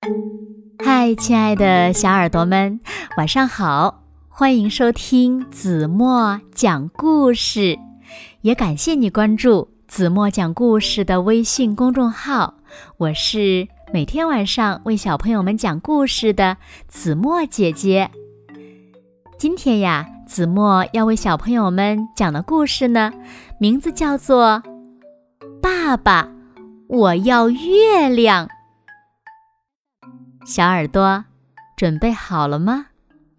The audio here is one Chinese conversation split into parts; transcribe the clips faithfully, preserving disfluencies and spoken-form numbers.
嗨，亲爱的小耳朵们，晚上好！欢迎收听子墨讲故事，也感谢你关注子墨讲故事的微信公众号。我是每天晚上为小朋友们讲故事的子墨姐姐。今天呀，子墨要为小朋友们讲的故事呢，名字叫做《爸爸，我要月亮》。小耳朵，准备好了吗？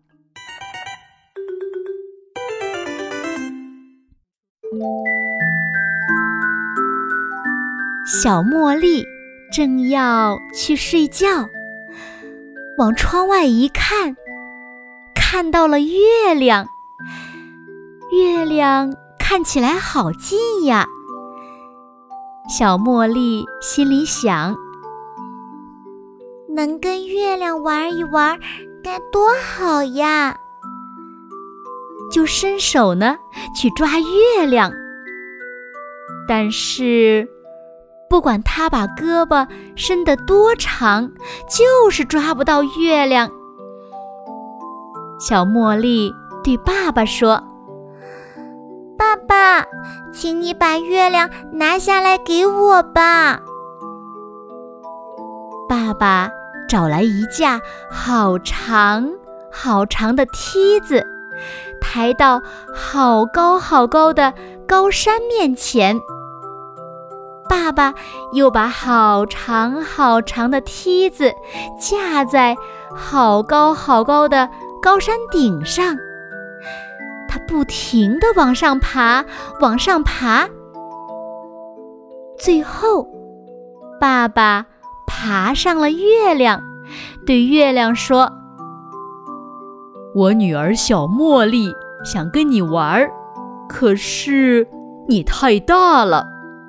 小茉莉正要去睡觉，往窗外一看，看到了月亮。月亮看起来好近呀。小茉莉心里想， 能跟月亮玩一玩该多好呀， 就伸手呢去抓月亮。但是不管他把胳膊伸得多长，就是抓不到月亮。小茉莉对爸爸说， 爸爸，请你把月亮拿下来给我吧。 爸爸找来一架好长好长的梯子，抬到好高好高的高山面前。爸爸又把好长好长的梯子架在好高好高的高山顶上，他不停地往上爬，往上爬。最后，爸爸爬上了月亮，对月亮说，我女儿小茉莉想跟你玩，可是你太大了。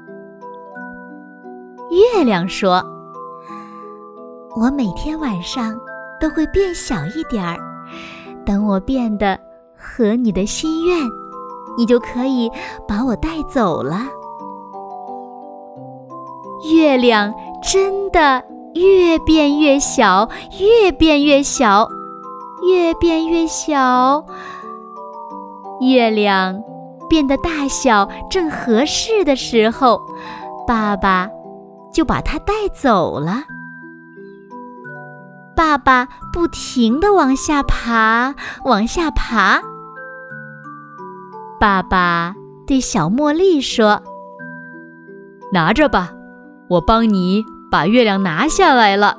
月亮说，我每天晚上都会变小一点儿，等我变得合你的心愿，你就可以把我带走了。月亮真的越变越小，越变越小，越变越小。月亮变得大小正合适的时候，爸爸就把它带走了。爸爸不停地往下爬，往下爬。爸爸对小茉莉说，拿着吧，我帮你把月亮拿下来了。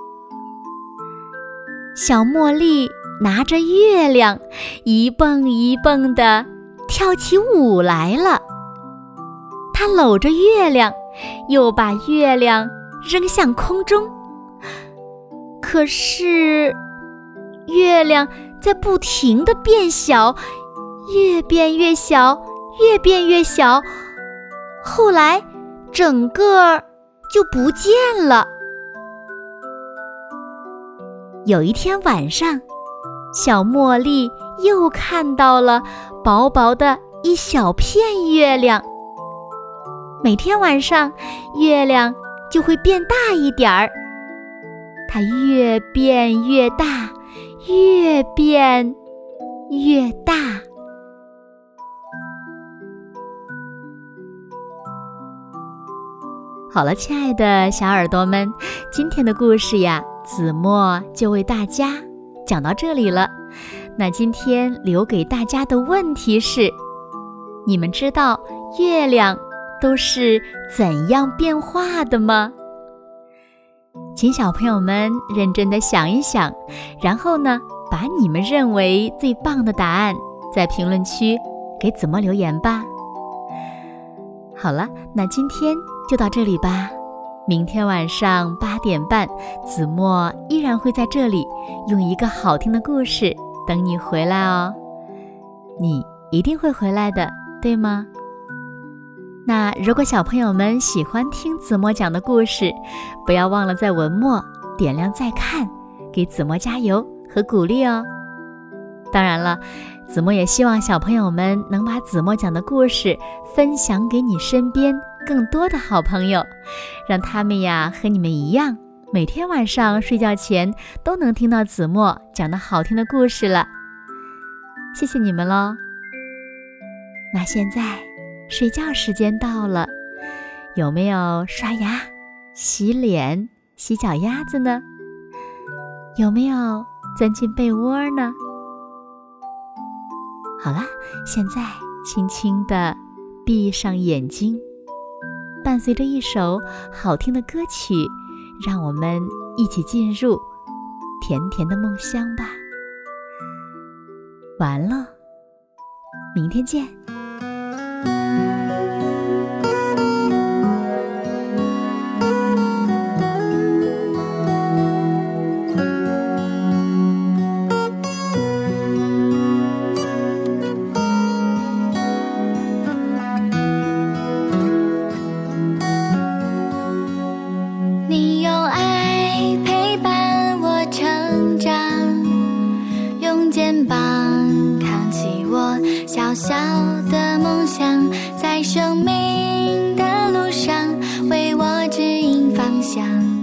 小茉莉拿着月亮，一蹦一蹦地跳起舞来了。她搂着月亮，又把月亮扔向空中。可是，月亮在不停地变小，越变越小，越变越小，后来整个就不见了。有一天晚上，小茉莉又看到了薄薄的一小片月亮。每天晚上，月亮就会变大一点儿，它越变越大，越变越大。好了，亲爱的小耳朵们，今天的故事呀，子墨就为大家讲到这里了。那今天留给大家的问题是，你们知道月亮都是怎样变化的吗？请小朋友们认真地想一想，然后呢，把你们认为最棒的答案在评论区给子墨留言吧。好了，那今天就到这里吧。明天晚上八点半，子墨依然会在这里用一个好听的故事等你回来哦。你一定会回来的，对吗？那如果小朋友们喜欢听子墨讲的故事，不要忘了在文末点亮再看，给子墨加油和鼓励哦。当然了，子墨也希望小朋友们能把子墨讲的故事分享给你身边更多的好朋友，让他们呀和你们一样每天晚上睡觉前都能听到子墨讲的好听的故事了。谢谢你们咯。那现在睡觉时间到了，有没有刷牙、洗脸、洗脚丫子呢？有没有钻进被窝呢？好啦，现在轻轻地闭上眼睛，伴随着一首好听的歌曲，让我们一起进入甜甜的梦乡吧。完了，明天见。 你用爱陪伴我成长，用肩膀扛起我小小的梦想，在生命的路上为我指引方向。